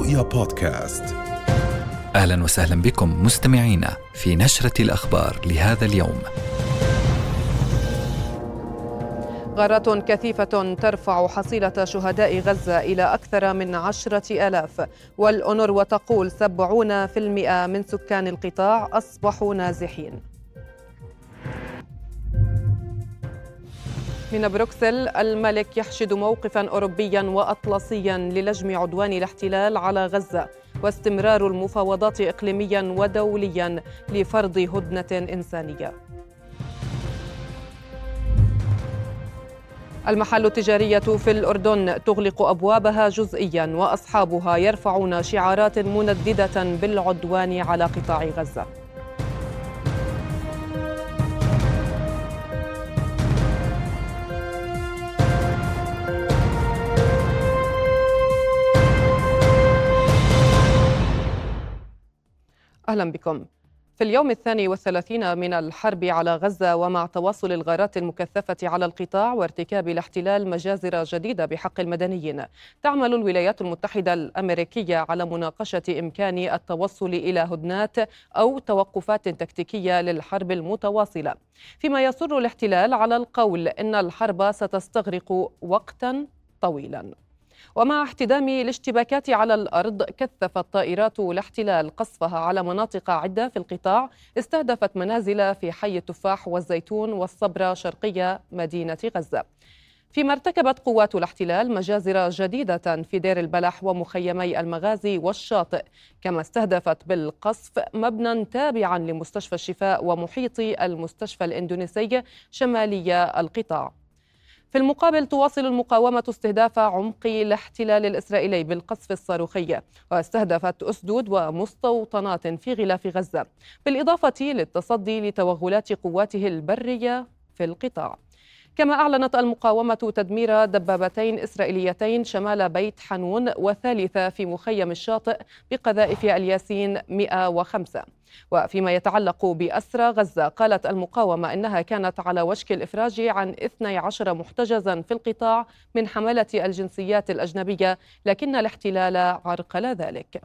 رؤيا بودكاست. أهلا وسهلا بكم مستمعينا في نشرة الأخبار لهذا اليوم. غارات كثيفة ترفع حصيلة شهداء غزة إلى أكثر من 10,000، والأونروا تقول 70% من سكان القطاع أصبحوا نازحين. من بروكسل، الملك يحشد موقفا أوروبيا وأطلسيا للجم عدوان الاحتلال على غزة واستمرار المفاوضات إقليميا ودوليا لفرض هدنة إنسانية. المحال التجارية في الأردن تغلق أبوابها جزئيا وأصحابها يرفعون شعارات منددة بالعدوان على قطاع غزة. أهلا بكم. في اليوم 32 من الحرب على غزة، ومع تواصل الغارات المكثفة على القطاع وارتكاب الاحتلال مجازر جديدة بحق المدنيين، تعمل الولايات المتحدة الأمريكية على مناقشة إمكان التوصل إلى هدنات أو توقفات تكتيكية للحرب المتواصلة، فيما يصر الاحتلال على القول إن الحرب ستستغرق وقتا طويلا. ومع احتدام الاشتباكات على الأرض، كثفت طائرات الاحتلال قصفها على مناطق عدة في القطاع استهدفت منازل في حي التفاح والزيتون والصبرا شرقية مدينة غزة، فيما ارتكبت قوات الاحتلال مجازر جديدة في دير البلح ومخيمي المغازي والشاطئ، كما استهدفت بالقصف مبنى تابعا لمستشفى الشفاء ومحيط المستشفى الإندونيسي شمالي القطاع. في المقابل، تواصل المقاومة استهداف عمق الاحتلال الإسرائيلي بالقصف الصاروخي، واستهدفت أسدود ومستوطنات في غلاف غزة، بالإضافة للتصدي لتوغلات قواته البرية في القطاع. كما أعلنت المقاومة تدمير دبابتين إسرائيليتين شمال بيت حنون وثالثة في مخيم الشاطئ بقذائف الياسين 105. وفيما يتعلق بأسرى غزة، قالت المقاومة إنها كانت على وشك الإفراج عن 12 محتجزا في القطاع من حملة الجنسيات الأجنبية، لكن الاحتلال عرقل ذلك.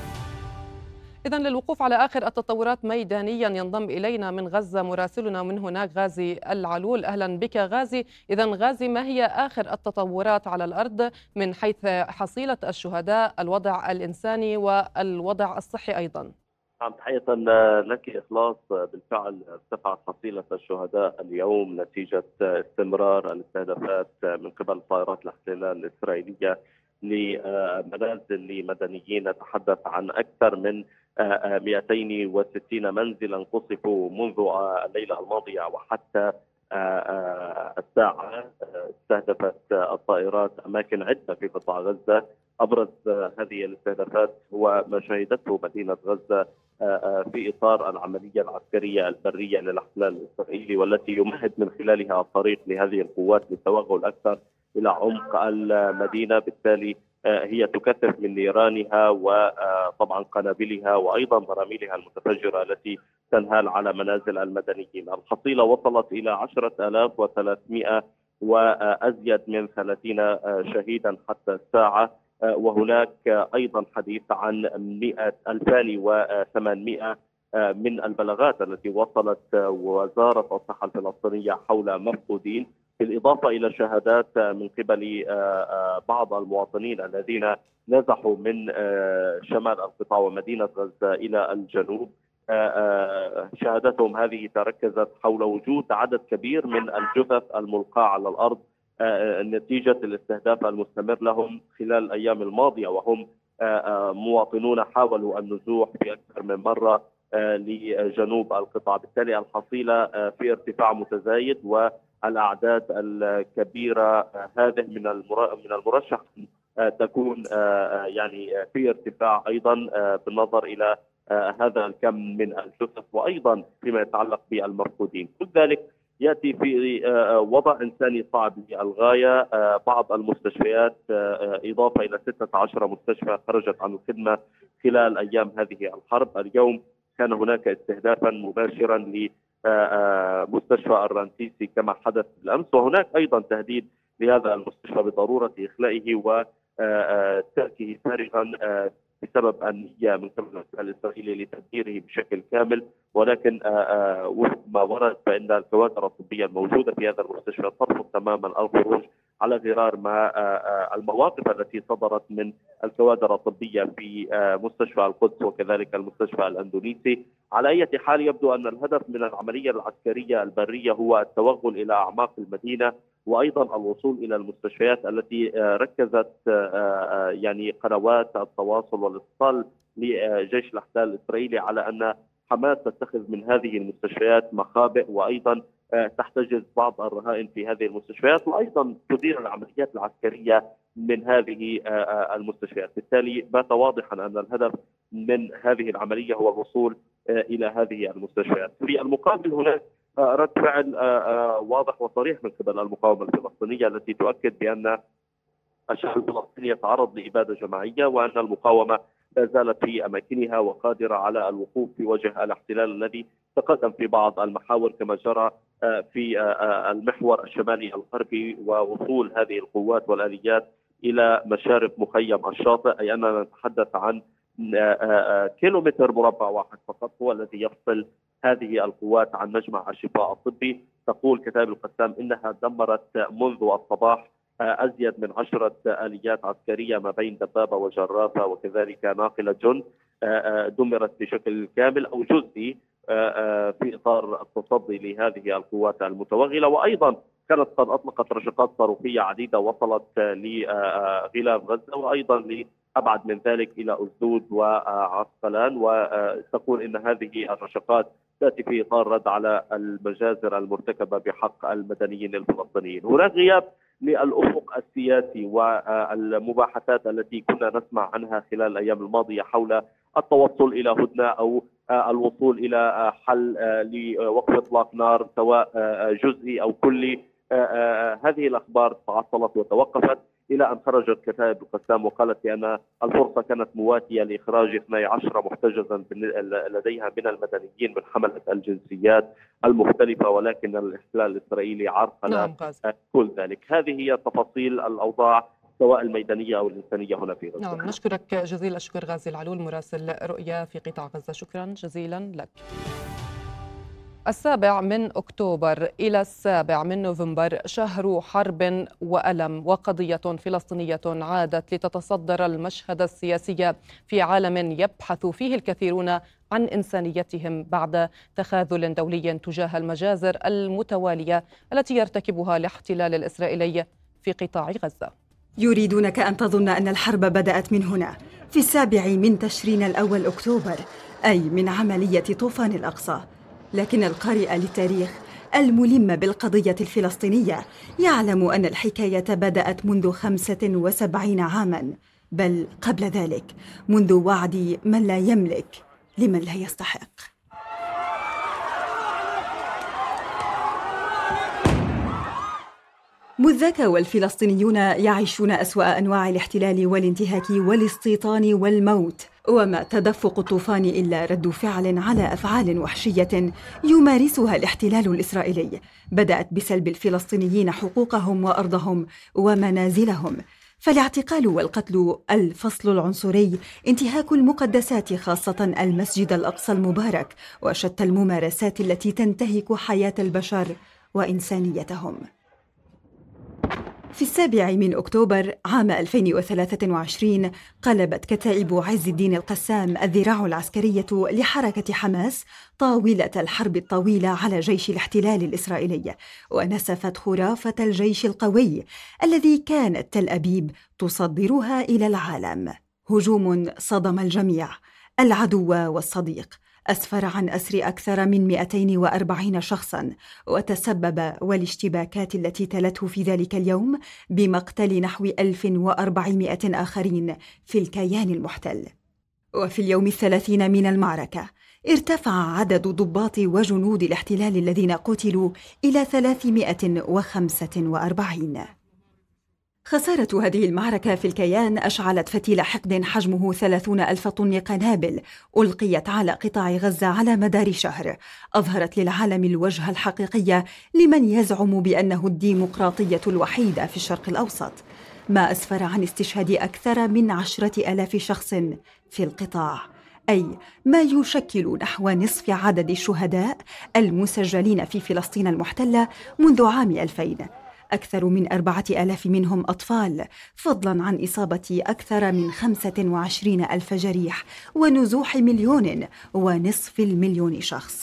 إذن للوقوف على آخر التطورات ميدانيا ينضم إلينا من غزة مراسلنا من هناك غازي العلول. أهلا بك غازي. إذن غازي، ما هي آخر التطورات على الأرض من حيث حصيلة الشهداء، الوضع الإنساني والوضع الصحي أيضا؟ نعم، تحية لك إخلاص. بالفعل ارتفعت حصيلة الشهداء اليوم نتيجة استمرار الاستهدافات من قبل طائرات الاحتلال الإسرائيلية لمنازل لمدنيين. نتحدث عن أكثر من 260 منزلا قصفوا منذ الليلة الماضية وحتى الساعة. استهدفت الطائرات أماكن عدة في قطاع غزة. أبرز هذه الاستهدافات هو ما شهدته مدينة غزة في إطار العملية العسكرية البرية للاحتلال الإسرائيلي، والتي يمهد من خلالها الطريق لهذه القوات للتوغل أكثر إلى عمق المدينة. بالتالي هي تكثف من نيرانها وطبعا قنابلها وأيضا براميلها المتفجرة التي تنهال على منازل المدنيين. الحصيلة وصلت إلى 10,300 وأزيد من 30 شهيدا حتى الساعة، وهناك أيضا حديث عن 2,800 من البلاغات التي وصلت وزارة الصحة الفلسطينية حول مفقودين، بالإضافة إلى شهادات من قبل بعض المواطنين الذين نزحوا من شمال القطاع ومدينة غزة إلى الجنوب. شهادتهم هذه تركزت حول وجود عدد كبير من الجثث الملقاة على الأرض نتيجة الاستهداف المستمر لهم خلال الأيام الماضية، وهم مواطنون حاولوا النزوح في أكثر من مرة لجنوب القطاع. بالتالي الحصيلة في ارتفاع متزايد، والأعداد الكبيرة هذه من المرشح تكون يعني في ارتفاع أيضا بالنظر إلى هذا الكم من الجثث، وأيضا فيما يتعلق بالمفقودين. كل ذلك يأتي في وضع إنساني صعب للغاية. بعض المستشفيات إضافة إلى 16 مستشفى خرجت عن الخدمة خلال أيام هذه الحرب. اليوم كان هناك استهدافا مباشرا لمستشفى الرنتيسي كما حدث بالأمس، وهناك أيضا تهديد لهذا المستشفى بضرورة إخلائه تركه فارغا بسبب النية من قبل الاحتلال الإسرائيلي لتدميره بشكل كامل، ولكن وفق ما ورد فإن الكوادر الطبية الموجودة في هذا المستشفى ترفض تماما الخروج، على غرار ما المواقف التي صدرت من الكوادر الطبية في مستشفى القدس وكذلك المستشفى الأندونيسي. على أي حال يبدو أن الهدف من العملية العسكرية البرية هو التوغل إلى أعماق المدينة، وأيضا الوصول إلى المستشفيات التي ركزت يعني قنوات التواصل والاتصال لجيش الاحتلال الإسرائيلي على أن حماس تتخذ من هذه المستشفيات مخابئ، وأيضا تحتجز بعض الرهائن في هذه المستشفيات، وأيضا تدير العمليات العسكرية من هذه المستشفيات. بالتالي بات واضحا أن الهدف من هذه العملية هو الوصول إلى هذه المستشفيات. في المقابل هناك رد فعل واضح وصريح من قبل المقاومة الفلسطينية التي تؤكد بأن الشعب الفلسطيني يتعرض لإبادة جماعية، وأن المقاومة لا زالت في أماكنها وقادرة على الوقوف في وجه الاحتلال الذي تقدم في بعض المحاور كما جرى في المحور الشمالي الغربي، ووصول هذه القوات والآليات إلى مشارف مخيم الشاطئ، أي أننا نتحدث عن كيلومتر مربع واحد فقط هو الذي يفصل هذه القوات عن مجمع الشفاء الطبي. تقول كتائب القسام إنها دمرت منذ الصباح أزيد من 10 آليات عسكرية ما بين دبابة وجرافة وكذلك ناقلة جند، دمرت بشكل كامل أو جزئي في إطار التصدي لهذه القوات المتوغلة. وأيضا كانت قد أطلقت رشقات صاروخية عديدة وصلت لغلاف غزة، وأيضا لأبعد من ذلك إلى أسدود وعسقلان، وتقول إن هذه الرشقات تأتي في إطار رد على المجازر المرتكبة بحق المدنيين الفلسطينيين. هناك غياب للأفق السياسي والمباحثات التي كنا نسمع عنها خلال الأيام الماضية حول التوصل إلى هدنة أو الوصول إلى حل لوقف إطلاق نار سواء جزئي أو كلي. هذه الأخبار تعطلت وتوقفت إلى أن خرجت كتائب القسام وقالت بأن الفرصة كانت مواتية لإخراج 12 محتجزا لديها من المدنيين من حملة الجنسيات المختلفة، ولكن الاحتلال الإسرائيلي عرقل كل ذلك. هذه هي تفاصيل الأوضاع سواء الميدانية أو الإنسانية هنا في غزة. نعم، نشكرك جزيل الشكر غازي العلول مراسل رؤيا في قطاع غزة، شكرا جزيلا لك. 7 أكتوبر إلى 7 نوفمبر شهر حرب وألم، وقضية فلسطينية عادت لتتصدر المشهد السياسي في عالم يبحث فيه الكثيرون عن إنسانيتهم بعد تخاذل دولي تجاه المجازر المتوالية التي يرتكبها الاحتلال الإسرائيلي في قطاع غزة. يريدونك أن تظن أن الحرب بدأت من هنا في 7 تشرين الأول أكتوبر، أي من عملية طوفان الأقصى. لكن القارئ للتاريخ الملم بالقضية الفلسطينية يعلم أن الحكاية بدأت منذ 75 عاماً، بل قبل ذلك، منذ وعد من لا يملك لمن لا يستحق. منذ ذاك والفلسطينيون يعيشون أسوأ أنواع الاحتلال والانتهاك والاستيطان والموت، وما تدفق الطوفان إلا رد فعل على أفعال وحشية يمارسها الاحتلال الإسرائيلي بدأت بسلب الفلسطينيين حقوقهم وأرضهم ومنازلهم. فالاعتقال والقتل، الفصل العنصري، انتهاك المقدسات خاصة المسجد الأقصى المبارك، وشتى الممارسات التي تنتهك حياة البشر وإنسانيتهم. في 7 أكتوبر عام 2023 قلبت كتائب عز الدين القسام الذراع العسكرية لحركة حماس طاولة الحرب الطويلة على جيش الاحتلال الإسرائيلي، ونسفت خرافة الجيش القوي الذي كانت تل أبيب تصدرها إلى العالم. هجوم صدم الجميع، العدو والصديق، أسفر عن أسر أكثر من 240 شخصاً، وتسبب والاشتباكات التي تلته في ذلك اليوم بمقتل نحو 1400 آخرين في الكيان المحتل. وفي اليوم 30 من المعركة ارتفع عدد ضباط وجنود الاحتلال الذين قتلوا إلى 345. خسارة هذه المعركة في الكيان أشعلت فتيل حقد حجمه 30,000 طن قنابل ألقيت على قطاع غزة على مدار شهر، أظهرت للعالم الوجه الحقيقي لمن يزعم بأنه الديمقراطية الوحيدة في الشرق الأوسط. ما أسفر عن استشهاد أكثر من 10,000 شخص في القطاع، أي ما يشكل نحو نصف عدد الشهداء المسجلين في فلسطين المحتلة منذ عام 2000. أكثر من 4,000 منهم أطفال، فضلاً عن إصابة أكثر من 25,000 جريح ونزوح 1,500,000 شخص.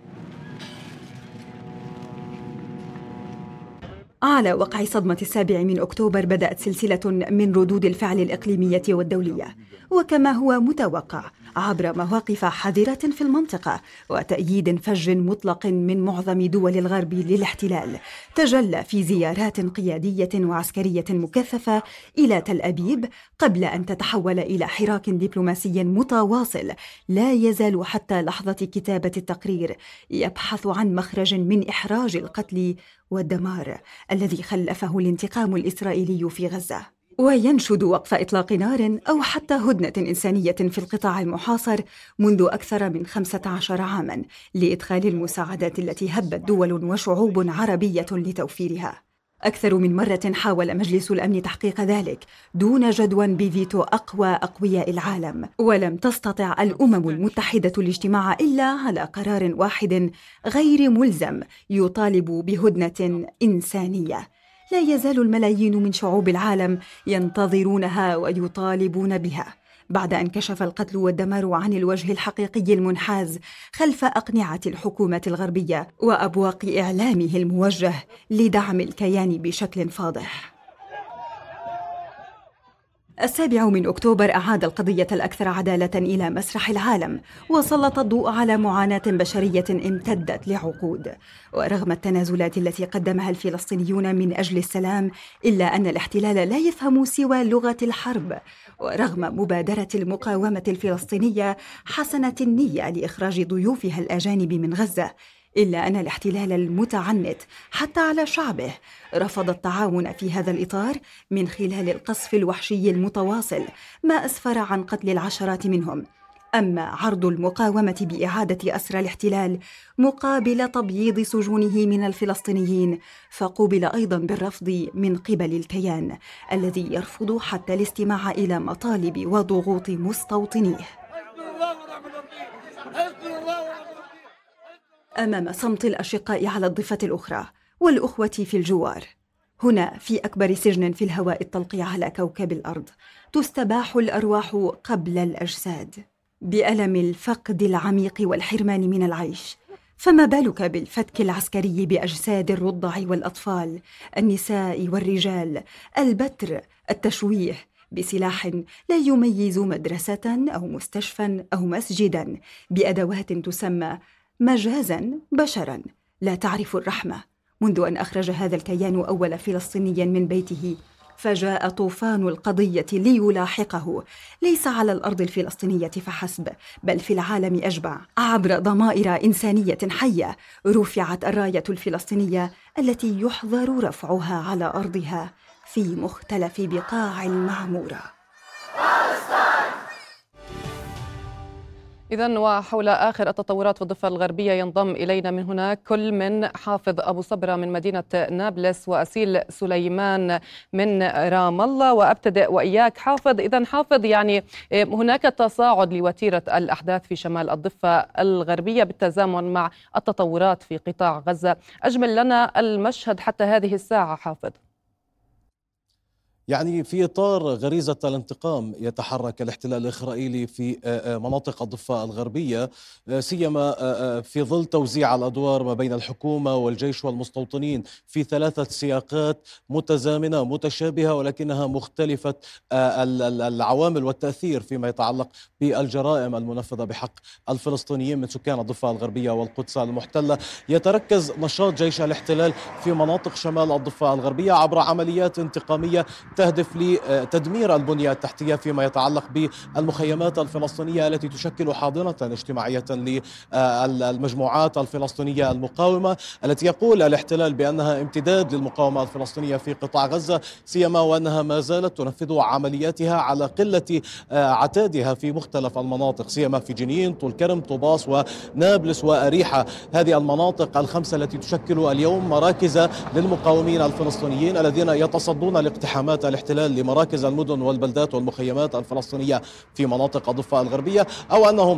على وقع صدمة 7 أكتوبر بدأت سلسلة من ردود الفعل الإقليمية والدولية، وكما هو متوقع عبر مواقف حذرة في المنطقة وتأييد فج مطلق من معظم دول الغرب للاحتلال، تجلى في زيارات قيادية وعسكرية مكثفة إلى تل أبيب، قبل أن تتحول إلى حراك دبلوماسي متواصل لا يزال حتى لحظة كتابة التقرير يبحث عن مخرج من إحراج القتل والدمار الذي خلفه الانتقام الإسرائيلي في غزة، وينشد وقف إطلاق نار أو حتى هدنة إنسانية في القطاع المحاصر منذ أكثر من 15 عاماً لإدخال المساعدات التي هبت دول وشعوب عربية لتوفيرها. أكثر من مرة حاول مجلس الأمن تحقيق ذلك دون جدوى بفيتو أقوى أقوياء العالم، ولم تستطع الأمم المتحدة الاجتماع إلا على قرار واحد غير ملزم يطالب بهدنة إنسانية. لا يزال الملايين من شعوب العالم ينتظرونها ويطالبون بها، بعد أن كشف القتل والدمار عن الوجه الحقيقي المنحاز خلف أقنعة الحكومات الغربية وأبواق إعلامه الموجه لدعم الكيان بشكل فاضح. 7 أكتوبر أعاد القضية الأكثر عدالة إلى مسرح العالم، وسلط الضوء على معاناة بشرية امتدت لعقود. ورغم التنازلات التي قدمها الفلسطينيون من أجل السلام، إلا أن الاحتلال لا يفهم سوى لغة الحرب. ورغم مبادرة المقاومة الفلسطينية حسنة النية لإخراج ضيوفها الأجانب من غزة، إلا أن الاحتلال المتعنت حتى على شعبه رفض التعاون في هذا الإطار من خلال القصف الوحشي المتواصل، ما أسفر عن قتل العشرات منهم. أما عرض المقاومة بإعادة أسرى الاحتلال مقابل تبييض سجونه من الفلسطينيين، فقوبل أيضاً بالرفض من قبل الكيان الذي يرفض حتى الاستماع إلى مطالب وضغوط مستوطنيه. أمام صمت الأشقاء على الضفة الأخرى والأخوة في الجوار، هنا في أكبر سجن في الهواء الطلق على كوكب الأرض تستباح الأرواح قبل الأجساد بألم الفقد العميق والحرمان من العيش، فما بالك بالفتك العسكري بأجساد الرضع والأطفال، النساء والرجال، البتر، التشويه بسلاح لا يميز مدرسة أو مستشفى أو مسجدا، بأدوات تسمى مجازاً بشراً لا تعرف الرحمة. منذ أن أخرج هذا الكيان أول فلسطيني من بيته، فجاء طوفان القضية ليلاحقه، ليس على الأرض الفلسطينية فحسب، بل في العالم أجمع. عبر ضمائر إنسانية حية رفعت الراية الفلسطينية التي يحظر رفعها على أرضها في مختلف بقاع المعمورة. إذن وحول آخر التطورات في الضفة الغربية ينضم إلينا من هناك كل من حافظ أبو صبرة من مدينة نابلس وأسيل سليمان من رام الله. وأبتدئ وإياك حافظ. إذن حافظ، يعني هناك تصاعد لوتيرة الأحداث في شمال الضفة الغربية بالتزامن مع التطورات في قطاع غزة. أجمل لنا المشهد حتى هذه الساعة حافظ. يعني في إطار غريزة الانتقام يتحرك الاحتلال الإسرائيلي في مناطق الضفة الغربية، سيما في ظل توزيع الأدوار ما بين الحكومة والجيش والمستوطنين في 3 سياقات متزامنة متشابهة، ولكنها مختلفة العوامل والتأثير فيما يتعلق بالجرائم المنفذة بحق الفلسطينيين من سكان الضفة الغربية والقدس المحتلة. يتركز نشاط جيش الاحتلال في مناطق شمال الضفة الغربية عبر عمليات انتقامية تهدف لتدمير البنية التحتية فيما يتعلق بالمخيمات الفلسطينية التي تشكل حاضنة اجتماعية للمجموعات الفلسطينية المقاومة، التي يقول الاحتلال بأنها امتداد للمقاومة الفلسطينية في قطاع غزة، سيما وأنها ما زالت تنفذ عملياتها على قلة عتادها في مختلف المناطق، سيما في جنين، طول كرم، طوباس ونابلس وأريحة. هذه المناطق ال5 التي تشكل اليوم مراكز للمقاومين الفلسطينيين الذين يتصدون لاقتحامات هجمات الاحتلال لمراكز المدن والبلدات والمخيمات الفلسطينية في مناطق الضفة الغربية، أو أنهم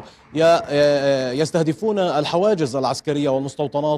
يستهدفون الحواجز العسكرية والمستوطنات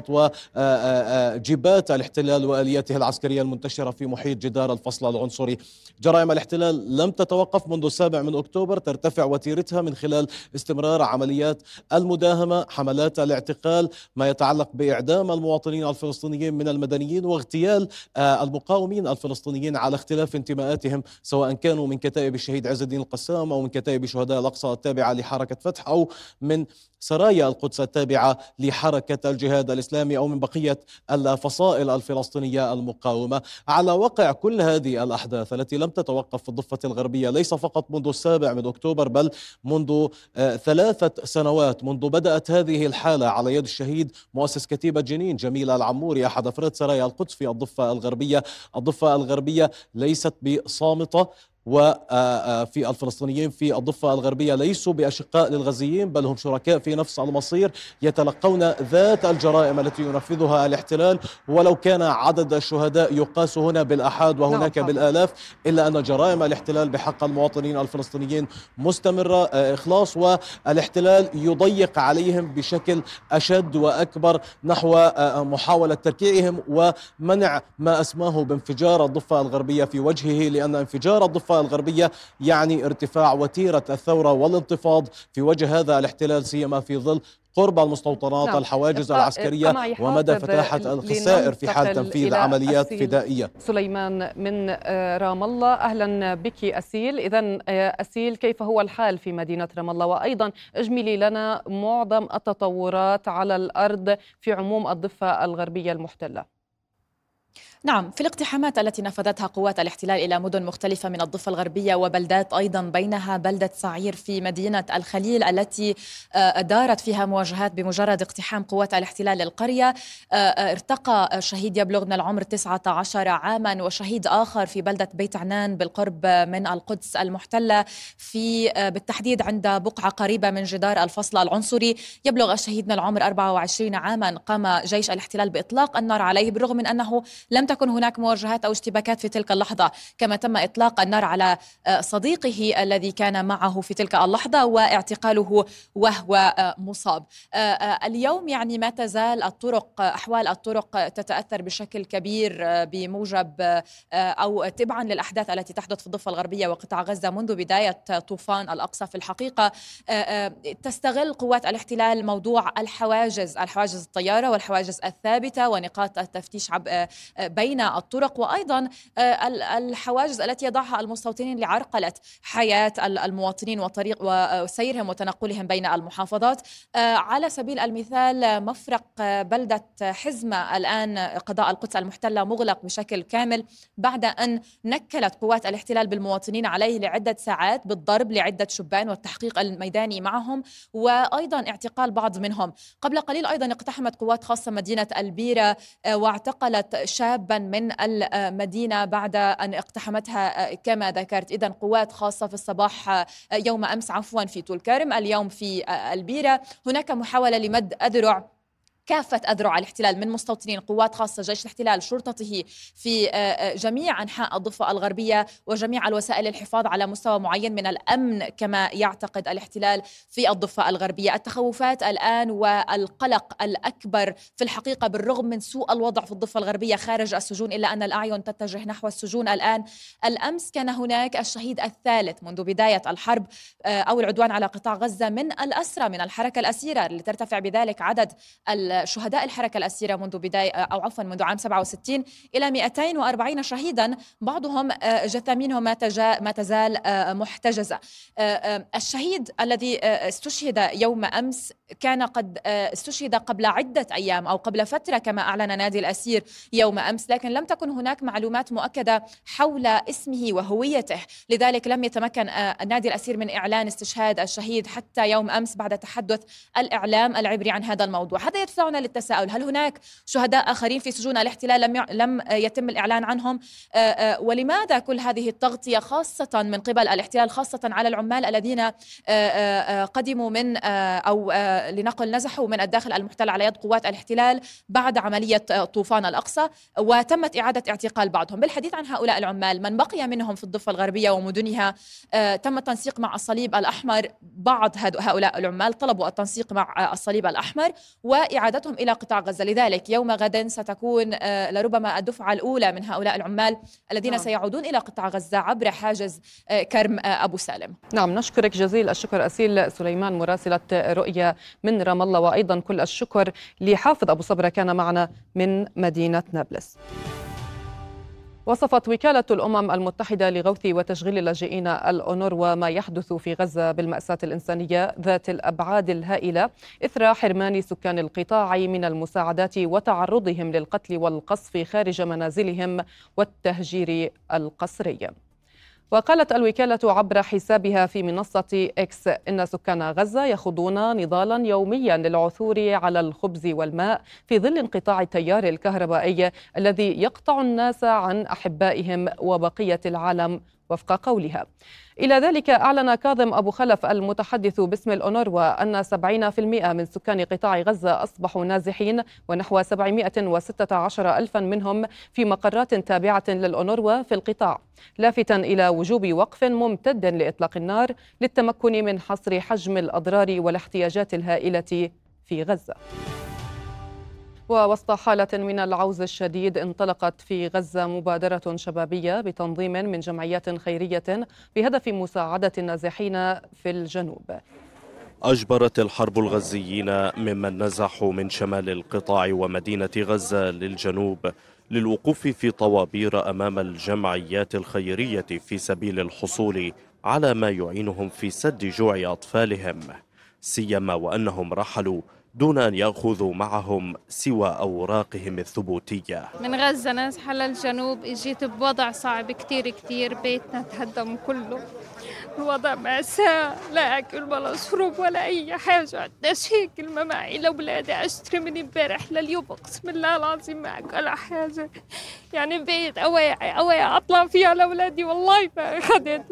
وجبات الاحتلال وآلياته العسكرية المنتشرة في محيط جدار الفصل العنصري. جرائم الاحتلال لم تتوقف منذ 7 أكتوبر، ترتفع وتيرتها من خلال استمرار عمليات المداهمة، حملات الاعتقال، ما يتعلق بإعدام المواطنين الفلسطينيين من المدنيين، واغتيال المقاومين الفلسطينيين على اختلاف انتماءاتهم، سواء كانوا من كتائب الشهيد عز الدين القسام أو من كتائب شهداء الأقصى التابعة لحركة فتح أو من سرايا القدس التابعة لحركة الجهاد الإسلامي أو من بقية الفصائل الفلسطينية المقاومة. على وقع كل هذه الأحداث التي لم تتوقف في الضفة الغربية ليس فقط منذ 7 أكتوبر بل منذ 3 سنوات، منذ بدأت هذه الحالة على يد الشهيد مؤسس كتيبة جنين جميل العموري أحد أفراد سرايا القدس في الضفة الغربية. الضفة الغربية ليست بصامتة، وفي الفلسطينيين في الضفة الغربية ليسوا بأشقاء للغزيين بل هم شركاء في نفس المصير، يتلقون ذات الجرائم التي ينفذها الاحتلال، ولو كان عدد الشهداء يقاس هنا بالأحاد وهناك بالآلاف، إلا أن جرائم الاحتلال بحق المواطنين الفلسطينيين مستمرة. إخلاص والاحتلال يضيق عليهم بشكل أشد وأكبر نحو محاولة تركيعهم ومنع ما أسماه بانفجار الضفة الغربية في وجهه، لأن انفجار الضفة الغربية يعني ارتفاع وتيرة الثورة والانتفاض في وجه هذا الاحتلال، سيما في ظل قرب المستوطنات، الحواجز العسكرية ومدى فتاحة الخسائر في حال تنفيذ عمليات فدائية. سليمان من رام الله، أهلا بك أسيل. إذن أسيل، كيف هو الحال في مدينة رام الله؟ وأيضا اجملي لنا معظم التطورات على الأرض في عموم الضفة الغربية المحتلة. نعم، في الاقتحامات التي نفذتها قوات الاحتلال إلى مدن مختلفة من الضفة الغربية وبلدات أيضا بينها بلدة سعير في مدينة الخليل التي دارت فيها مواجهات بمجرد اقتحام قوات الاحتلال للقرية، ارتقى شهيد يبلغ من العمر 19 عاما وشهيد آخر في بلدة بيت عنان بالقرب من القدس المحتلة، بالتحديد عند بقعة قريبة من جدار الفصل العنصري. يبلغ الشهيد من العمر 24 عاما. قام جيش الاحتلال بإطلاق النار عليه بالرغم من أنه لم تكن هناك مواجهات أو اشتباكات في تلك اللحظة، كما تم إطلاق النار على صديقه الذي كان معه في تلك اللحظة واعتقاله وهو مصاب. اليوم يعني ما تزال أحوال الطرق تتأثر بشكل كبير بموجب أو تبعا للأحداث التي تحدث في الضفة الغربية وقطاع غزة منذ بداية طوفان الأقصى. في الحقيقة تستغل قوات الاحتلال موضوع الحواجز الطيارة والحواجز الثابتة ونقاط التفتيش بين الطرق، وأيضا الحواجز التي يضعها المستوطنين لعرقلة حياة المواطنين وسيرهم وتنقلهم بين المحافظات. على سبيل المثال مفرق بلدة حزمة الآن قضاء القدس المحتلة مغلق بشكل كامل بعد أن نكلت قوات الاحتلال بالمواطنين عليه لعدة ساعات بالضرب لعدة شبان والتحقيق الميداني معهم وأيضا اعتقال بعض منهم. قبل قليل أيضا اقتحمت قوات خاصة مدينة البيرة واعتقلت شابا من المدينة بعد أن اقتحمتها كما ذكرت. إذن قوات خاصة في الصباح يوم أمس في طول كرم، اليوم في البيرة. هناك محاولة لمد كافة أذرع الاحتلال من مستوطنين، قوات خاصة، جيش الاحتلال، شرطته في جميع أنحاء الضفة الغربية وجميع الوسائل للحفاظ على مستوى معين من الأمن كما يعتقد الاحتلال في الضفة الغربية. التخوفات الآن والقلق الأكبر في الحقيقة بالرغم من سوء الوضع في الضفة الغربية خارج السجون إلا أن الأعين تتجه نحو السجون الآن. الأمس كان هناك الشهيد الثالث منذ بداية الحرب أو العدوان على قطاع غزة من الأسرى من الحركة الأسيرة، اللي ترتفع بذلك عدد شهداء الحركة الأسيرة منذ عام 67 إلى 240 شهيدا، بعضهم جثامينهم ما تزال محتجزة. الشهيد الذي استشهد يوم أمس كان قد استشهد قبل عدة أيام أو قبل فترة كما أعلن نادي الأسير يوم أمس، لكن لم تكن هناك معلومات مؤكدة حول اسمه وهويته، لذلك لم يتمكن نادي الأسير من إعلان استشهاد الشهيد حتى يوم أمس بعد تحدث الإعلام العبري عن هذا الموضوع. هذا يدعنا للتساؤل: هل هناك شهداء آخرين في سجون الاحتلال لم يتم الإعلان عنهم؟ ولماذا كل هذه التغطية خاصة من قبل الاحتلال، خاصة على العمال الذين قدموا من أو لنقل نزحوا من الداخل المحتل على يد قوات الاحتلال بعد عملية طوفان الأقصى، وتمت إعادة اعتقال بعضهم؟ بالحديث عن هؤلاء العمال، من بقي منهم في الضفة الغربية ومدنها، تم التنسيق مع الصليب الأحمر. بعض هؤلاء العمال طلبوا التنسيق مع الصليب الأحمر وإعادتهم إلى قطاع غزة. لذلك يوم غد ستكون لربما الدفعة الأولى من هؤلاء العمال الذين سيعودون إلى قطاع غزة عبر حاجز كرم أبو سالم. نعم، نشكرك جزيل الشكر أسيل سليمان مراسلة رؤية من رام الله، وأيضا كل الشكر لحافظ أبو صبرة كان معنا من مدينة نابلس. وصفت وكالة الأمم المتحدة لغوث وتشغيل اللاجئين الأونروا ما يحدث في غزة بالمأساة الإنسانية ذات الأبعاد الهائلة إثر حرمان سكان القطاع من المساعدات وتعرضهم للقتل والقصف خارج منازلهم والتهجير القسري. وقالت الوكالة عبر حسابها في منصة إكس إن سكان غزة يخوضون نضالا يوميا للعثور على الخبز والماء في ظل انقطاع التيار الكهربائي الذي يقطع الناس عن أحبائهم وبقية العالم وفق قولها. إلى ذلك أعلن كاظم أبو خلف المتحدث باسم الأونروا أن 70% من سكان قطاع غزة أصبحوا نازحين، ونحو 716 ألفا منهم في مقرات تابعة للأونروا في القطاع، لافتا إلى وجوب وقف ممتد لإطلاق النار للتمكن من حصر حجم الأضرار والاحتياجات الهائلة في غزة. ووسط حالة من العوز الشديد انطلقت في غزة مبادرة شبابية بتنظيم من جمعيات خيرية بهدف مساعدة النازحين في الجنوب. أجبرت الحرب الغزيين ممن نزحوا من شمال القطاع ومدينة غزة للجنوب للوقوف في طوابير أمام الجمعيات الخيرية في سبيل الحصول على ما يعينهم في سد جوع أطفالهم، سيما وأنهم رحلوا دون أن يأخذوا معهم سوى أوراقهم الثبوتية. من غزة نازحة للجنوب، اجيت بوضع صعب كتير، بيتنا تهدم كله، الوضع مأساة، لا أكل ولا شرب ولا أي حاجة، قديش هيك ما معي لأولادي أشتري من امبارح لليوم، أقسم بالله العظيم معك ولا حاجة، يعني بيت أواعي أطلع فيها لأولادي، والله ما أخذت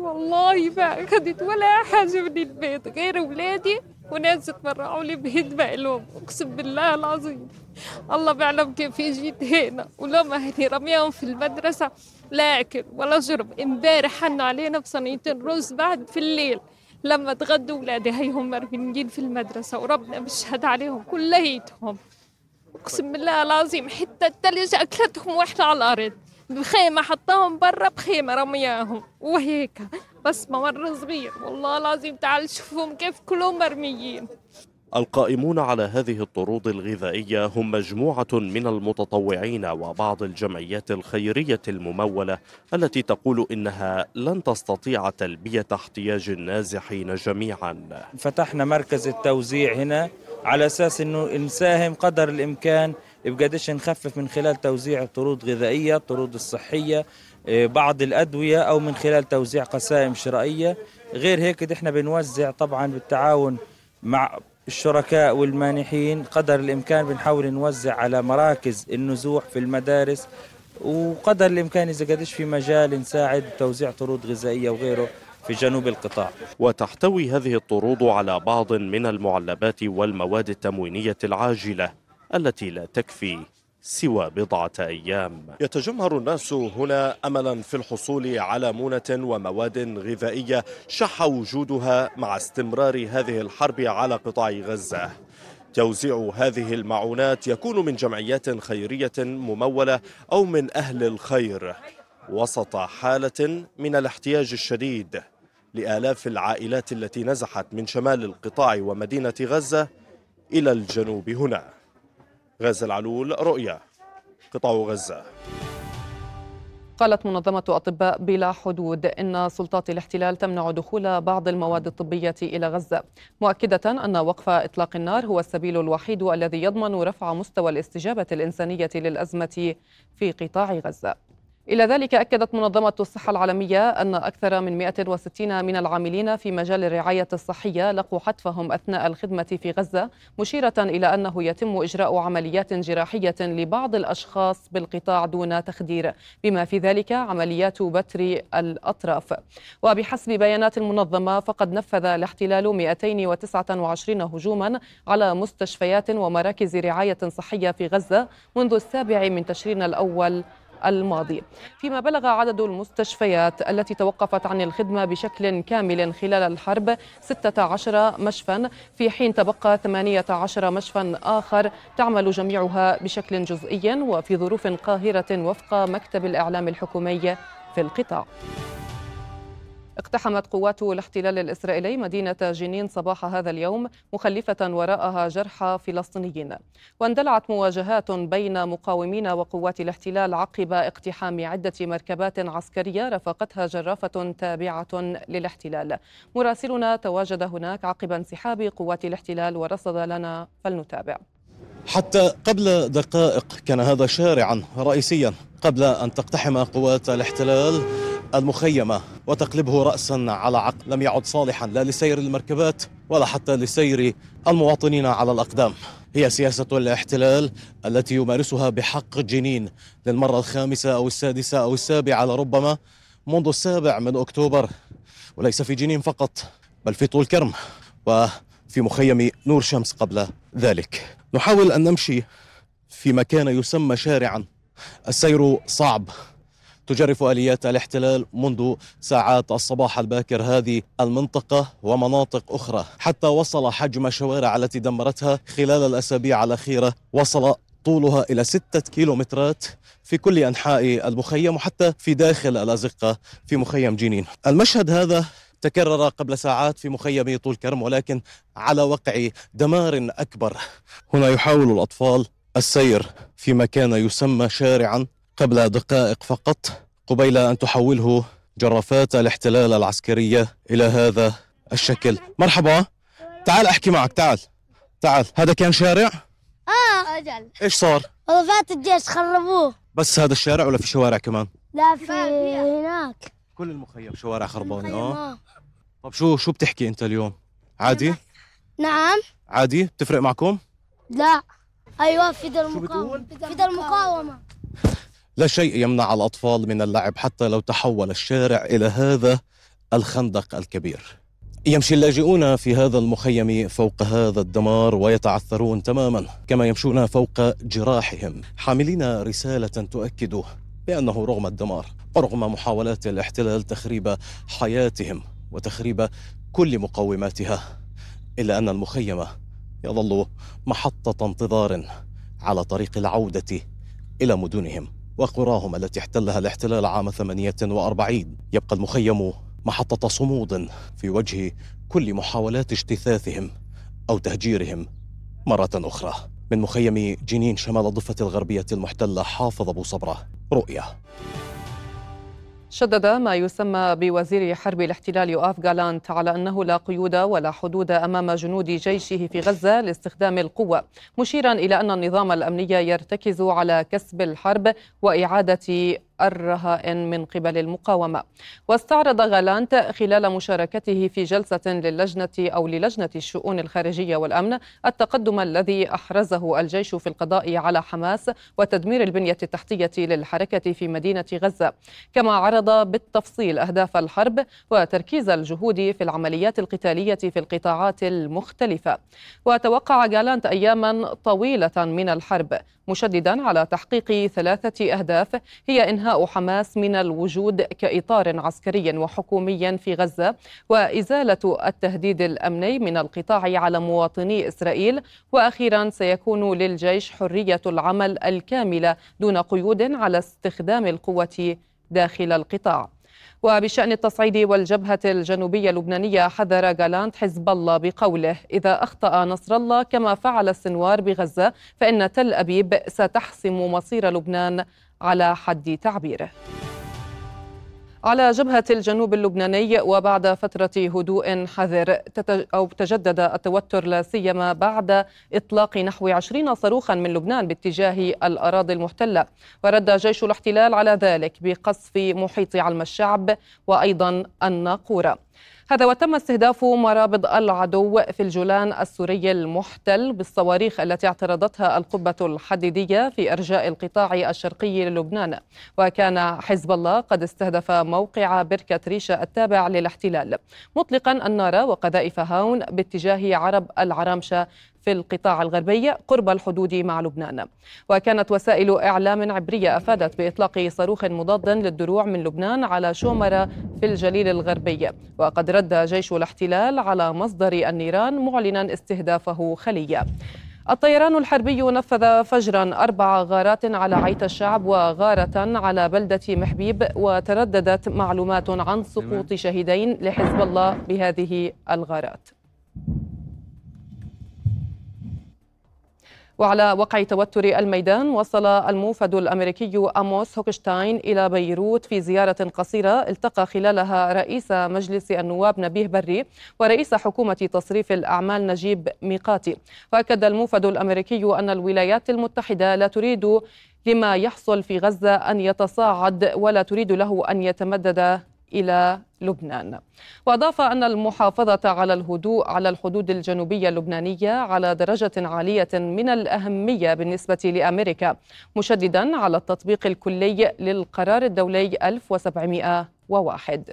ولا حاجة من البيت غير أولادي وناس تبرعوا لي بهدمة لهم، أقسم بالله العظيم. الله بيعلم كيف جيت هنا، ولما أهلي رميهم في المدرسة لا أكل ولا شرب. امبارح حنوا علينا بصينيتين رز بعد في الليل لما تغدوا أولادي، هيهم مرميين في المدرسة وربنا بيشهد عليهم كليتهم، أقسم بالله العظيم. حتى الثلج أكلتهم وإحنا على الأرض، بخيمة حطاهم برا بخيمة رمياهم وهيك، بس ممر صغير، والله العظيم تعال شوفهم كيف كلهم مرميين. القائمون على هذه الطرود الغذائية هم مجموعة من المتطوعين وبعض الجمعيات الخيرية الممولة التي تقول إنها لن تستطيع تلبية احتياج النازحين جميعا. فتحنا مركز التوزيع هنا على أساس أنه نساهم قدر الإمكان بقديش نخفف من خلال توزيع طرود غذائية، الطرود الصحية، بعض الأدوية، أو من خلال توزيع قسائم شرائية. غير هيك احنا بنوزع طبعا بالتعاون مع الشركاء والمانحين قدر الإمكان، بنحاول نوزع على مراكز النزوح في المدارس، وقدر الإمكان إذا قديش في مجال نساعد بتوزيع طرود غذائية وغيره في جنوب القطاع. وتحتوي هذه الطرود على بعض من المعلبات والمواد التموينية العاجلة التي لا تكفي سوى بضعة أيام. يتجمهر الناس هنا أملا في الحصول على مونة ومواد غذائية شح وجودها مع استمرار هذه الحرب على قطاع غزة. توزيع هذه المعونات يكون من جمعيات خيرية ممولة أو من أهل الخير وسط حالة من الاحتياج الشديد لآلاف العائلات التي نزحت من شمال القطاع ومدينة غزة إلى الجنوب هنا. غازي العلول، رؤيا، قطاع غزة. قالت منظمة أطباء بلا حدود إن سلطات الاحتلال تمنع دخول بعض المواد الطبية إلى غزة، مؤكدة أن وقف إطلاق النار هو السبيل الوحيد الذي يضمن رفع مستوى الاستجابة الإنسانية للأزمة في قطاع غزة. إلى ذلك أكدت منظمة الصحة العالمية أن أكثر من 160 من العاملين في مجال الرعاية الصحية لقوا حتفهم أثناء الخدمة في غزة، مشيرة إلى أنه يتم إجراء عمليات جراحية لبعض الأشخاص بالقطاع دون تخدير، بما في ذلك عمليات بتر الأطراف. وبحسب بيانات المنظمة فقد نفذ الاحتلال 229 هجوما على مستشفيات ومراكز رعاية صحية في غزة منذ 7 من تشرين الأول الماضي، فيما بلغ عدد المستشفيات التي توقفت عن الخدمة بشكل كامل خلال الحرب 16 مشفى، في حين تبقى 18 مشفى آخر تعمل جميعها بشكل جزئي وفي ظروف قاهرة وفق مكتب الإعلام الحكومي في القطاع. اقتحمت قوات الاحتلال الإسرائيلي مدينة جنين صباح هذا اليوم مخلفة وراءها جرحى فلسطينيين، واندلعت مواجهات بين مقاومين وقوات الاحتلال عقب اقتحام عدة مركبات عسكرية رافقتها جرافة تابعة للاحتلال. مراسلنا تواجد هناك عقب انسحاب قوات الاحتلال ورصد لنا، فلنتابع. حتى قبل دقائق كان هذا شارعا رئيسيا قبل أن تقتحم قوات الاحتلال المخيمة وتقلبه رأسا على عقب، لم يعد صالحا لا لسير المركبات ولا حتى لسير المواطنين على الأقدام. هي سياسة الاحتلال التي يمارسها بحق جنين للمرة الخامسة أو السادسة أو السابعة لربما منذ 7 أكتوبر، وليس في جنين فقط بل في طول كرم وفي مخيم نور شمس قبل ذلك. نحاول أن نمشي في مكان يسمى شارعا، السير صعب، تجرف آليات الاحتلال منذ ساعات الصباح الباكر هذه المنطقة ومناطق أخرى، حتى وصل حجم الشوارع التي دمرتها خلال الأسابيع الأخيرة، وصل طولها إلى 6 كيلومترات في كل أنحاء المخيم وحتى في داخل الأزقة في مخيم جنين. المشهد هذا تكرر قبل ساعات في مخيم طول كرم، ولكن على وقع دمار أكبر. هنا يحاول الأطفال السير في مكان يسمى شارعا قبل دقائق فقط قبيل أن تحوله جرافات الاحتلال العسكرية إلى هذا الشكل. مرحبا، تعال أحكي معك، تعال. هذا كان شارع؟ أجل. إيش صار؟ والله فات الجيش خربوه. بس هذا الشارع ولا في شوارع كمان؟ لا، في هناك كل المخيم شوارع خربانة. طب شو بتحكي أنت اليوم؟ عادي؟ نعم. عادي؟ بتفرق معكم؟ لا. أيوة، في المقاومة. لا شيء يمنع الأطفال من اللعب حتى لو تحول الشارع إلى هذا الخندق الكبير. يمشي اللاجئون في هذا المخيم فوق هذا الدمار ويتعثرون تماما، كما يمشون فوق جراحهم حاملين رسالة تؤكد بأنه رغم الدمار ورغم محاولات الاحتلال تخريب حياتهم وتخريب كل مقوماتها، إلا أن المخيم يظل محطة انتظار على طريق العودة إلى مدنهم وقراهم التي احتلها الاحتلال عام 48. يبقى المخيم محطة صمود في وجه كل محاولات اجتثاثهم أو تهجيرهم مرة أخرى. من مخيم جنين شمال الضفة الغربية المحتلة، حافظ أبو صبرة، رؤيا. شدد ما يسمى بوزير حرب الاحتلال يؤاف غالانت على أنه لا قيود ولا حدود أمام جنود جيشه في غزة لاستخدام القوة، مشيرا إلى أن النظام الأمني يرتكز على كسب الحرب وإعادة الرهائن من قبل المقاومة. واستعرض غالانت خلال مشاركته في جلسة للجنة الشؤون الخارجية والأمن التقدم الذي أحرزه الجيش في القضاء على حماس وتدمير البنية التحتية للحركة في مدينة غزة، كما عرض بالتفصيل أهداف الحرب وتركيز الجهود في العمليات القتالية في القطاعات المختلفة. وتوقع غالانت أياما طويلة من الحرب، مشددا على تحقيق 3 أهداف هي إنهاء حماس من الوجود كإطار عسكري وحكومي في غزة، وإزالة التهديد الأمني من القطاع على مواطني إسرائيل، وأخيرا سيكون للجيش حرية العمل الكاملة دون قيود على استخدام القوة داخل القطاع. وبشأن التصعيد والجبهة الجنوبية اللبنانية حذر غالانت حزب الله بقوله: إذا أخطأ نصر الله كما فعل السنوار بغزة فإن تل أبيب ستحسم مصير لبنان على حد تعبيره. على جبهة الجنوب اللبناني وبعد فترة هدوء حذر تجدد التوتر لا سيما بعد إطلاق نحو 20 صاروخا من لبنان باتجاه الأراضي المحتلة، ورد جيش الاحتلال على ذلك بقصف محيط علم الشعب وأيضا الناقورة. هذا وتم استهداف مرابض العدو في الجولان السوري المحتل بالصواريخ التي اعترضتها القبة الحديدية في أرجاء القطاع الشرقي للبنان. وكان حزب الله قد استهدف موقع بركة ريشة التابع للاحتلال مطلقا النار وقذائف هاون باتجاه عرب العرامشة في القطاع الغربي قرب الحدود مع لبنان. وكانت وسائل إعلام عبرية أفادت بإطلاق صاروخ مضاد للدروع من لبنان على شومرة في الجليل الغربي. وقد رد جيش الاحتلال على مصدر النيران معلنا استهدافه خلية. الطيران الحربي نفذ فجرا 4 غارات على عيت الشعب وغارة على بلدة محبيب، وترددت معلومات عن سقوط شهيدين لحزب الله بهذه الغارات. وعلى وقع توتر الميدان، وصل الموفد الأمريكي أموس هوكشتاين إلى بيروت في زيارة قصيرة التقى خلالها رئيس مجلس النواب نبيه بري ورئيس حكومة تصريف الأعمال نجيب ميقاتي. وأكد الموفد الأمريكي أن الولايات المتحدة لا تريد لما يحصل في غزة أن يتصاعد ولا تريد له أن يتمدد إلى لبنان. وأضاف أن المحافظة على الهدوء على الحدود الجنوبية اللبنانية على درجة عالية من الأهمية بالنسبة لأمريكا، مشددا على التطبيق الكلي للقرار الدولي 1701.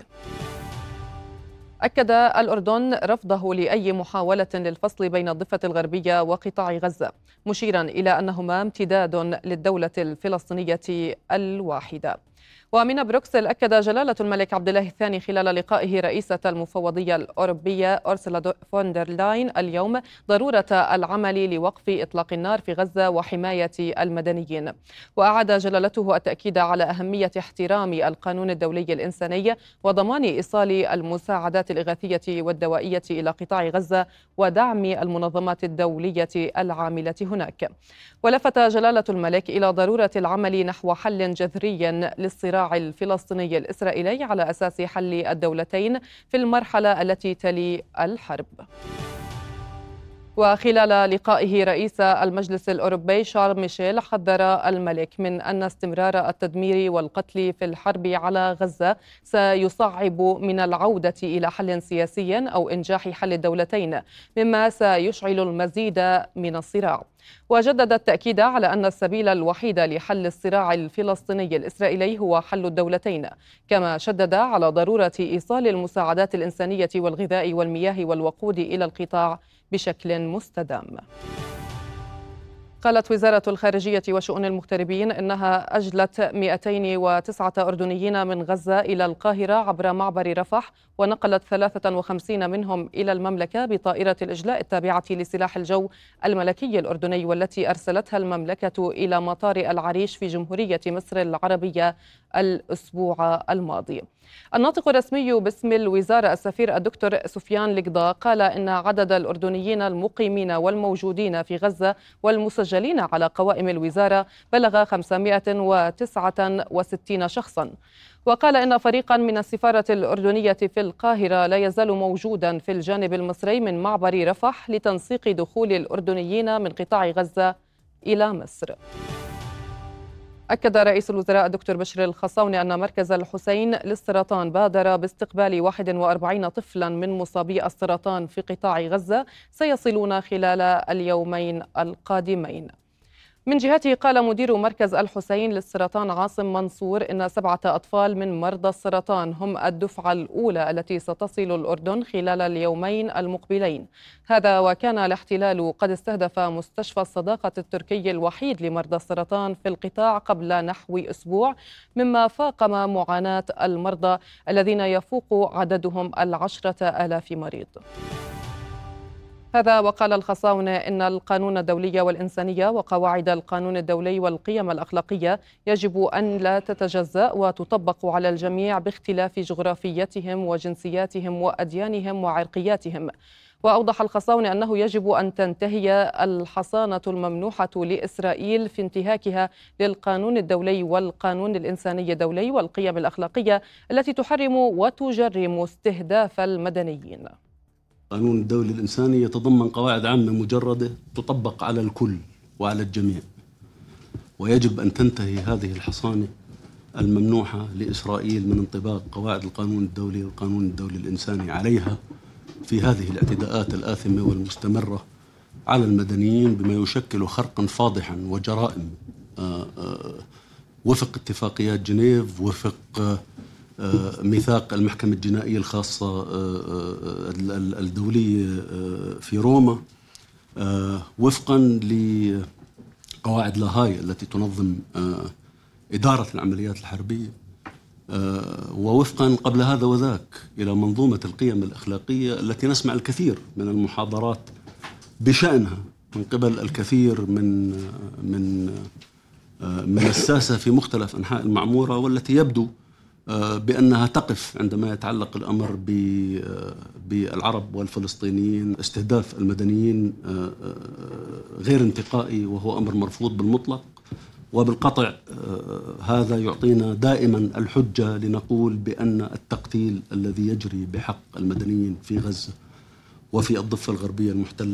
أكد الأردن رفضه لأي محاولة للفصل بين الضفة الغربية وقطاع غزة، مشيرا إلى أنهما امتداد للدولة الفلسطينية الواحدة. ومن بروكسل أكد جلالة الملك عبد الله الثاني خلال لقائه رئيسة المفوضية الأوروبية أورسولا فون دير لاين اليوم ضرورة العمل لوقف إطلاق النار في غزة وحماية المدنيين. وأعاد جلالته التأكيد على أهمية احترام القانون الدولي الإنساني وضمان إيصال المساعدات الإغاثية والدوائية إلى قطاع غزة ودعم المنظمات الدولية العاملة هناك. ولفت جلالة الملك إلى ضرورة العمل نحو حل جذري للصراع الفلسطيني الإسرائيلي على أساس حل الدولتين في المرحلة التي تلي الحرب. وخلال لقائه رئيس المجلس الأوروبي شارل ميشيل، حذر الملك من أن استمرار التدمير والقتل في الحرب على غزة سيصعب من العودة إلى حل سياسي أو إنجاح حل الدولتين، مما سيشعل المزيد من الصراع. وجدد التأكيد على أن السبيل الوحيد لحل الصراع الفلسطيني الإسرائيلي هو حل الدولتين، كما شدد على ضرورة إيصال المساعدات الإنسانية والغذاء والمياه والوقود إلى القطاع بشكل مستدام. قالت وزارة الخارجية وشؤون المغتربين إنها أجلت 209 أردنيين من غزة إلى القاهرة عبر معبر رفح، ونقلت 53 منهم إلى المملكة بطائرة الإجلاء التابعة لسلاح الجو الملكي الأردني، والتي أرسلتها المملكة إلى مطار العريش في جمهورية مصر العربية الأسبوع الماضي. الناطق الرسمي باسم الوزارة السفير الدكتور سفيان القضاء قال إن عدد الأردنيين المقيمين والموجودين في غزة والمسجلين على قوائم الوزارة بلغ 569 شخصا. وقال إن فريقا من السفارة الأردنية في القاهرة لا يزال موجودا في الجانب المصري من معبر رفح لتنسيق دخول الأردنيين من قطاع غزة إلى مصر. أكد رئيس الوزراء الدكتور بشر الخصاوني أن مركز الحسين للسرطان بادر باستقبال 41 طفلا من مصابي السرطان في قطاع غزة سيصلون خلال اليومين القادمين. من جهته قال مدير مركز الحسين للسرطان عاصم منصور إن 7 أطفال من مرضى السرطان هم الدفعة الأولى التي ستصل الأردن خلال اليومين المقبلين. هذا وكان الاحتلال قد استهدف مستشفى الصداقة التركي الوحيد لمرضى السرطان في القطاع قبل نحو أسبوع، مما فاقم معاناة المرضى الذين يفوق عددهم 10,000 مريض. هذا وقال الخصاونة إن القانون الدولي والإنسانية وقواعد القانون الدولي والقيم الأخلاقية يجب أن لا تتجزأ وتطبق على الجميع باختلاف جغرافيتهم وجنسياتهم وأديانهم وعرقياتهم. وأوضح الخصاونة أنه يجب أن تنتهي الحصانة الممنوحة لإسرائيل في انتهاكها للقانون الدولي والقانون الإنساني الدولي والقيم الأخلاقية التي تحرم وتجرم استهداف المدنيين. القانون الدولي الإنساني يتضمن قواعد عامة مجردة تطبق على الكل وعلى الجميع، ويجب أن تنتهي هذه الحصانة الممنوحة لإسرائيل من انطباق قواعد القانون الدولي والقانون الدولي الإنساني عليها في هذه الاعتداءات الآثمة والمستمرة على المدنيين بما يشكل خرقا فاضحا وجرائم وفق اتفاقيات جنيف، وفق ميثاق المحكمة الجنائية الخاصة الدولية في روما، وفقا لقواعد لاهاي التي تنظم إدارة العمليات الحربية، ووفقا قبل هذا وذاك إلى منظومة القيم الأخلاقية التي نسمع الكثير من المحاضرات بشأنها من قبل الكثير من الساسة في مختلف أنحاء المعمورة، والتي يبدو بأنها تقف عندما يتعلق الأمر بالعرب والفلسطينيين. استهداف المدنيين غير انتقائي وهو أمر مرفوض بالمطلق، وبالقطع هذا يعطينا دائما الحجة لنقول بأن التقتيل الذي يجري بحق المدنيين في غزة وفي الضفة الغربية المحتلة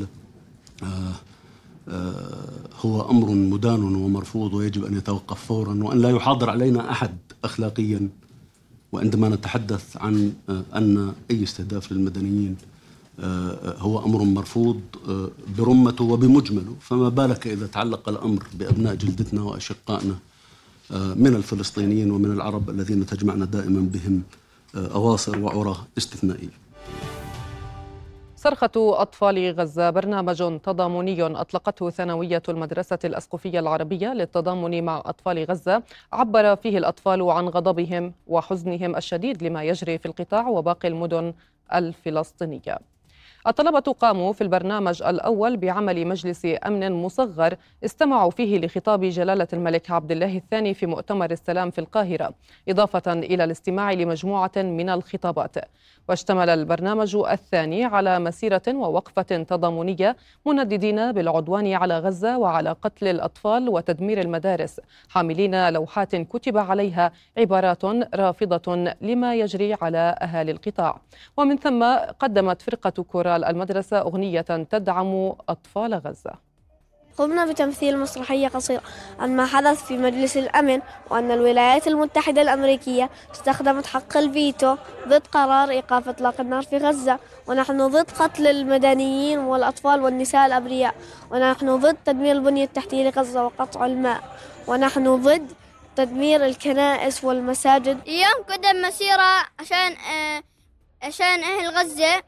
هو أمر مدان ومرفوض، ويجب أن يتوقف فورا، وأن لا يحاضر علينا أحد أخلاقيا وعندما نتحدث عن أن أي استهداف للمدنيين هو أمر مرفوض برمته وبمجمله، فما بالك إذا تعلق الأمر بأبناء جلدتنا وأشقائنا من الفلسطينيين ومن العرب الذين تجمعنا دائما بهم أواصر وعرى استثنائية. صرخة أطفال غزة برنامج تضامني أطلقته ثانوية المدرسة الأسقفية العربية للتضامن مع أطفال غزة، عبر فيه الأطفال عن غضبهم وحزنهم الشديد لما يجري في القطاع وباقي المدن الفلسطينية. الطلبة قاموا في البرنامج الأول بعمل مجلس أمن مصغر استمعوا فيه لخطاب جلالة الملك عبد الله الثاني في مؤتمر السلام في القاهرة، إضافة إلى الاستماع لمجموعة من الخطابات. واشتمل البرنامج الثاني على مسيرة ووقفة تضامنية منددين بالعدوان على غزة وعلى قتل الأطفال وتدمير المدارس، حاملين لوحات كتب عليها عبارات رافضة لما يجري على أهالي القطاع. ومن ثم قدمت فرقة كورال المدرسة أغنية تدعم أطفال غزة. قمنا بتمثيل مسرحية قصيرة عن ما حدث في مجلس الأمن، وأن الولايات المتحدة الأمريكية استخدمت حق الفيتو ضد قرار إيقاف إطلاق النار في غزة، ونحن ضد قتل المدنيين والأطفال والنساء الأبرياء، ونحن ضد تدمير البنية التحتية لغزة وقطع الماء، ونحن ضد تدمير الكنائس والمساجد. اليوم قدم مسيرة عشان أهل غزة،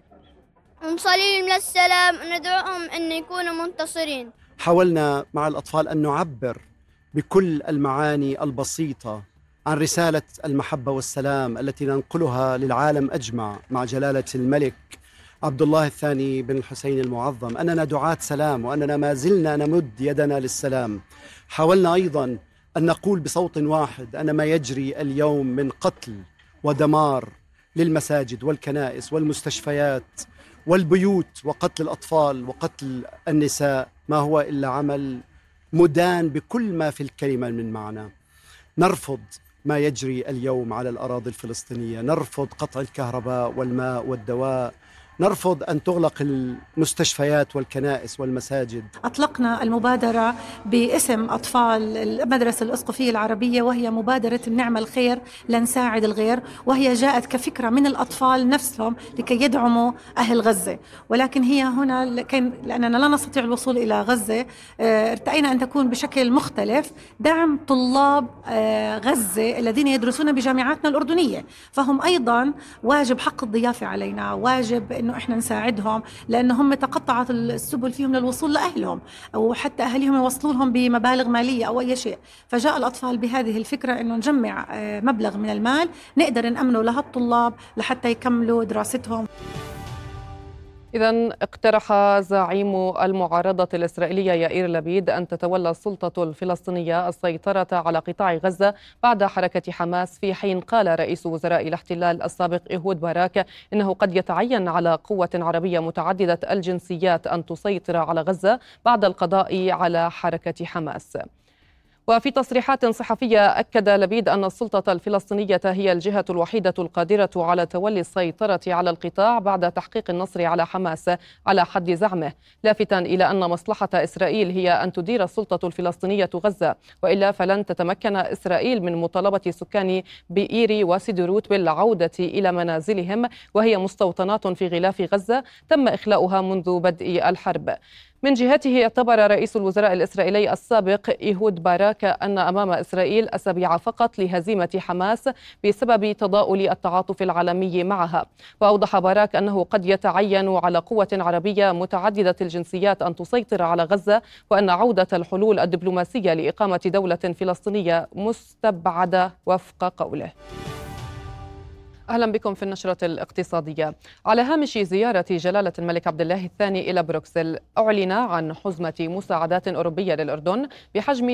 ونصلي لهم للسلام وندعوهم أن يكونوا منتصرين. حاولنا مع الأطفال أن نعبر بكل المعاني البسيطة عن رسالة المحبة والسلام التي ننقلها للعالم أجمع مع جلالة الملك عبد الله الثاني بن الحسين المعظم، أننا دعاة سلام وأننا ما زلنا نمد يدنا للسلام. حاولنا أيضا أن نقول بصوت واحد أن ما يجري اليوم من قتل ودمار للمساجد والكنائس والمستشفيات والبيوت وقتل الأطفال وقتل النساء ما هو إلا عمل مدان بكل ما في الكلمة من معنى. نرفض ما يجري اليوم على الأراضي الفلسطينية، نرفض قطع الكهرباء والماء والدواء، نرفض أن تغلق المستشفيات والكنائس والمساجد. أطلقنا المبادرة باسم أطفال المدرسة الأسقفية العربية، وهي مبادرة نعمل الخير لنساعد الغير، وهي جاءت كفكرة من الأطفال نفسهم لكي يدعموا أهل غزة. ولكن هي هنا لأننا لا نستطيع الوصول إلى غزة، ارتأينا أن تكون بشكل مختلف دعم طلاب غزة الذين يدرسون بجامعاتنا الأردنية، فهم أيضا واجب حق الضيافة علينا، واجب إنه إحنا نساعدهم، لأنهم تقطعت السبل فيهم للوصول لأهلهم، أو حتى أهلهم يوصلوا لهم بمبالغ مالية أو أي شيء. فجاء الأطفال بهذه الفكرة إنه نجمع مبلغ من المال نقدر نأمنه لهالطلاب لحتى يكملوا دراستهم. إذن اقترح زعيم المعارضة الإسرائيلية يائير لبيد أن تتولى السلطة الفلسطينية السيطرة على قطاع غزة بعد حركة حماس، في حين قال رئيس وزراء الاحتلال السابق إيهود باراك إنه قد يتعين على قوة عربية متعددة الجنسيات أن تسيطر على غزة بعد القضاء على حركة حماس. وفي تصريحات صحفية أكد لبيد أن السلطة الفلسطينية هي الجهة الوحيدة القادرة على تولي السيطرة على القطاع بعد تحقيق النصر على حماس على حد زعمه، لافتاً إلى أن مصلحة إسرائيل هي أن تدير السلطة الفلسطينية غزة، وإلا فلن تتمكن إسرائيل من مطالبة سكان بئير وسدروت بالعودة إلى منازلهم، وهي مستوطنات في غلاف غزة تم إخلاؤها منذ بدء الحرب. من جهته اعتبر رئيس الوزراء الإسرائيلي السابق إيهود باراك أن أمام إسرائيل أسابيع فقط لهزيمة حماس بسبب تضاؤل التعاطف العالمي معها. وأوضح باراك أنه قد يتعين على قوة عربية متعددة الجنسيات أن تسيطر على غزة، وأن عودة الحلول الدبلوماسية لإقامة دولة فلسطينية مستبعدة وفق قوله. أهلا بكم في النشرة الاقتصادية. على هامش زيارة جلالة الملك عبد الله الثاني إلى بروكسل، أعلن عن حزمة مساعدات أوروبية للأردن بحجم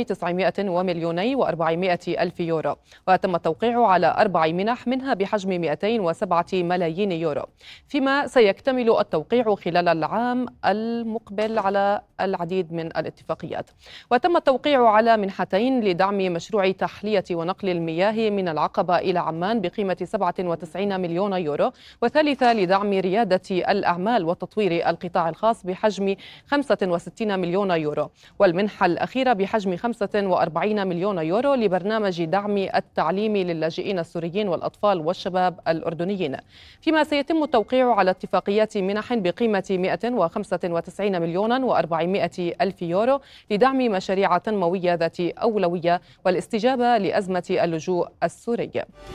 900,400,000 يورو، وتم التوقيع على 4 منح منها بحجم 207 ملايين يورو، فيما سيكتمل التوقيع خلال العام المقبل على العديد من الاتفاقيات. وتم التوقيع على منحتين لدعم مشروع تحلية ونقل المياه من العقبة إلى عمان بقيمة 97 مليون يورو، وثالثة لدعم ريادة الأعمال وتطوير القطاع الخاص بحجم 65 مليون يورو، والمنحة الأخيرة بحجم 45 مليون يورو لبرنامج دعم التعليم للاجئين السوريين والأطفال والشباب الأردنيين، فيما سيتم التوقيع على اتفاقيات منح بقيمة 195 مليون و400,000 يورو لدعم مشاريع تنموية ذات أولوية والاستجابة لأزمة اللجوء السوري.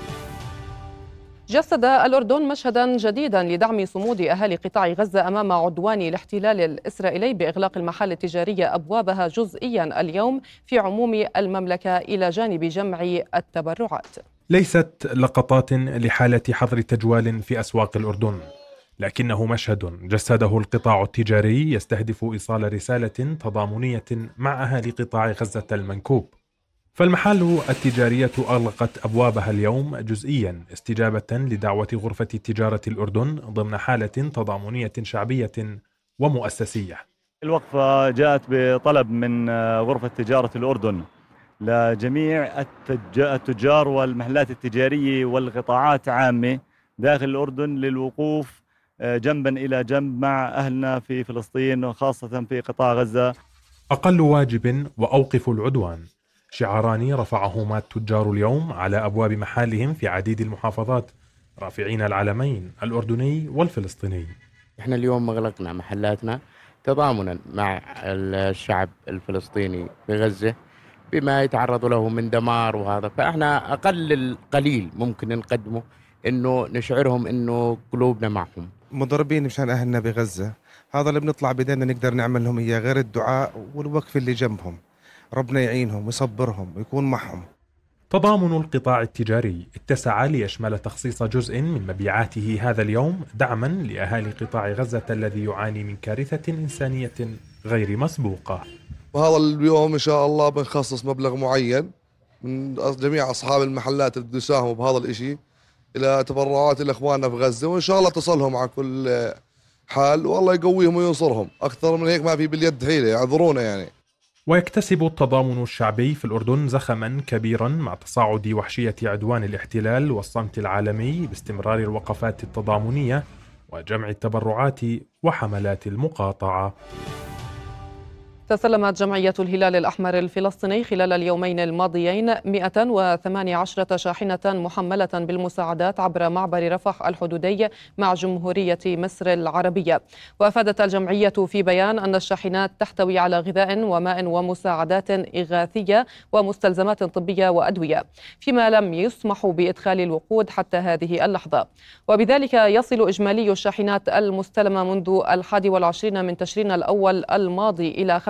جسد الأردن مشهدا جديدا لدعم صمود أهالي قطاع غزة أمام عدوان الاحتلال الإسرائيلي بإغلاق المحال التجارية أبوابها جزئيا اليوم في عموم المملكة إلى جانب جمع التبرعات. ليست لقطات لحالة حظر تجوال في أسواق الأردن، لكنه مشهد جسده القطاع التجاري يستهدف إيصال رسالة تضامنية مع أهالي قطاع غزة المنكوب. فالمحال التجارية أغلقت أبوابها اليوم جزئيا استجابة لدعوة غرفة تجارة الأردن ضمن حالة تضامنية شعبية ومؤسسية. الوقفة جاءت بطلب من غرفة تجارة الأردن لجميع التجار والمحلات التجارية والقطاعات عامة داخل الأردن للوقوف جنبا إلى جنب مع أهلنا في فلسطين وخاصة في قطاع غزة. أقل واجب وأوقف العدوان، شعاران رفعهما التجار اليوم على أبواب محالهم في عديد المحافظات، رافعين العلمين الأردني والفلسطيني. احنا اليوم أغلقنا محلاتنا تضامنا مع الشعب الفلسطيني في غزة بما يتعرض له من دمار وهذا، فاحنا أقل القليل ممكن نقدمه إنه نشعرهم إنه قلوبنا معهم. مضربين مشان أهلنا بغزة، هذا اللي بنطلع بدينا نقدر نعمل لهم إياه غير الدعاء والوقف اللي جنبهم، ربنا يعينهم ويصبرهم ويكون معهم. تضامن القطاع التجاري اتسع ليشمل تخصيص جزء من مبيعاته هذا اليوم دعما لأهالي قطاع غزة الذي يعاني من كارثة إنسانية غير مسبوقة. وهذا اليوم إن شاء الله بنخصص مبلغ معين من جميع أصحاب المحلات اللي بده يساهموا بهذا الإشي إلى تبرعات لإخواننا في غزة، وإن شاء الله تصلهم على كل حال والله يقويهم وينصرهم. أكثر من هيك ما في باليد حيلة، يعذرونا يعني. ويكتسب التضامن الشعبي في الأردن زخما كبيرا مع تصاعد وحشية عدوان الاحتلال والصمت العالمي باستمرار الوقفات التضامنية وجمع التبرعات وحملات المقاطعة. تسلمت جمعية الهلال الأحمر الفلسطيني خلال اليومين الماضيين 118 شاحنة محملة بالمساعدات عبر معبر رفح الحدودي مع جمهورية مصر العربية. وأفادت الجمعية في بيان أن الشاحنات تحتوي على غذاء وماء ومساعدات إغاثية ومستلزمات طبية وأدوية، فيما لم يسمح بإدخال الوقود حتى هذه اللحظة، وبذلك يصل إجمالي الشاحنات المستلمة منذ 21 من تشرين الأول الماضي إلى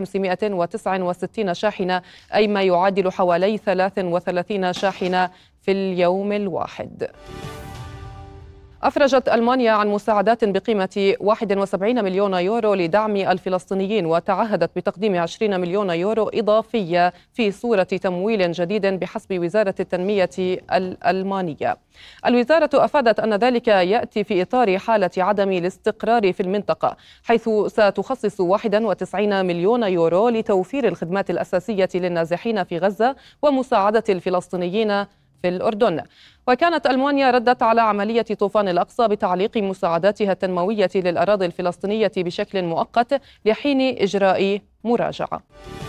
569 شاحنة، أي ما يعادل حوالي 33 شاحنة في اليوم الواحد. أفرجت ألمانيا عن مساعدات بقيمة 71 مليون يورو لدعم الفلسطينيين، وتعهدت بتقديم 20 مليون يورو إضافية في صورة تمويل جديد بحسب وزارة التنمية الألمانية. الوزارة أفادت أن ذلك يأتي في إطار حالة عدم الاستقرار في المنطقة، حيث ستخصص 91 مليون يورو لتوفير الخدمات الأساسية للنازحين في غزة ومساعدة الفلسطينيين في الأردن. وكانت ألمانيا ردت على عملية طوفان الأقصى بتعليق مساعداتها التنموية للأراضي الفلسطينية بشكل مؤقت لحين إجراء مراجعة.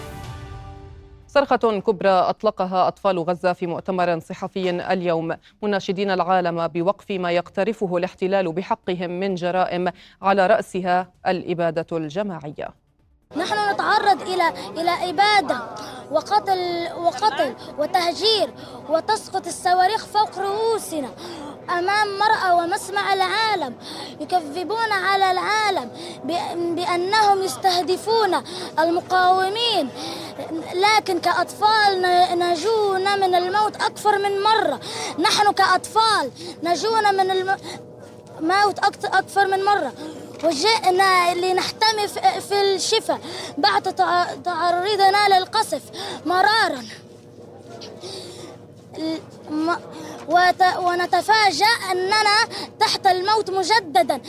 صرخة كبرى أطلقها أطفال غزة في مؤتمر صحفي اليوم، مناشدين العالم بوقف ما يقترفه الاحتلال بحقهم من جرائم على رأسها الإبادة الجماعية. نحن نتعرض إلى إبادة وقتل وتهجير، وتسقط الصواريخ فوق رؤوسنا أمام مرأى ومسمع العالم. يكذبون على العالم بأنهم يستهدفون المقاومين، لكن كأطفال نجون من الموت أكثر من مرة. نحن كأطفال نجون من الموت أكثر من مرة، وجئنا لنحتمي في الشفاء بعد تعرضنا للقصف مرارا، ونتفاجأ أننا تحت الموت مجددا.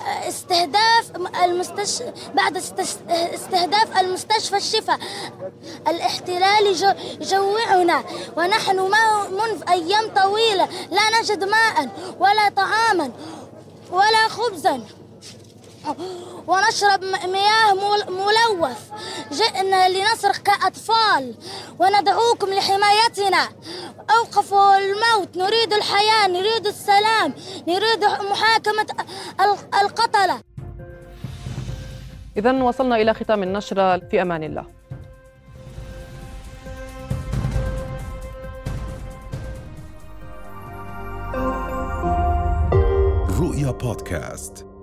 بعد استهداف المستشفى الشفاء، الاحتلال يجوعنا، ونحن منذ أيام طويلة لا نجد ماء ولا طعاما ولا خبزا، ونشرب مياه ملوث. جئنا لنصرخ كأطفال وندعوكم لحمايتنا. أوقفوا الموت، نريد الحياة، نريد السلام، نريد محاكمة القتلة. إذن وصلنا إلى ختام النشرة، في أمان الله. رؤيا بودكاست.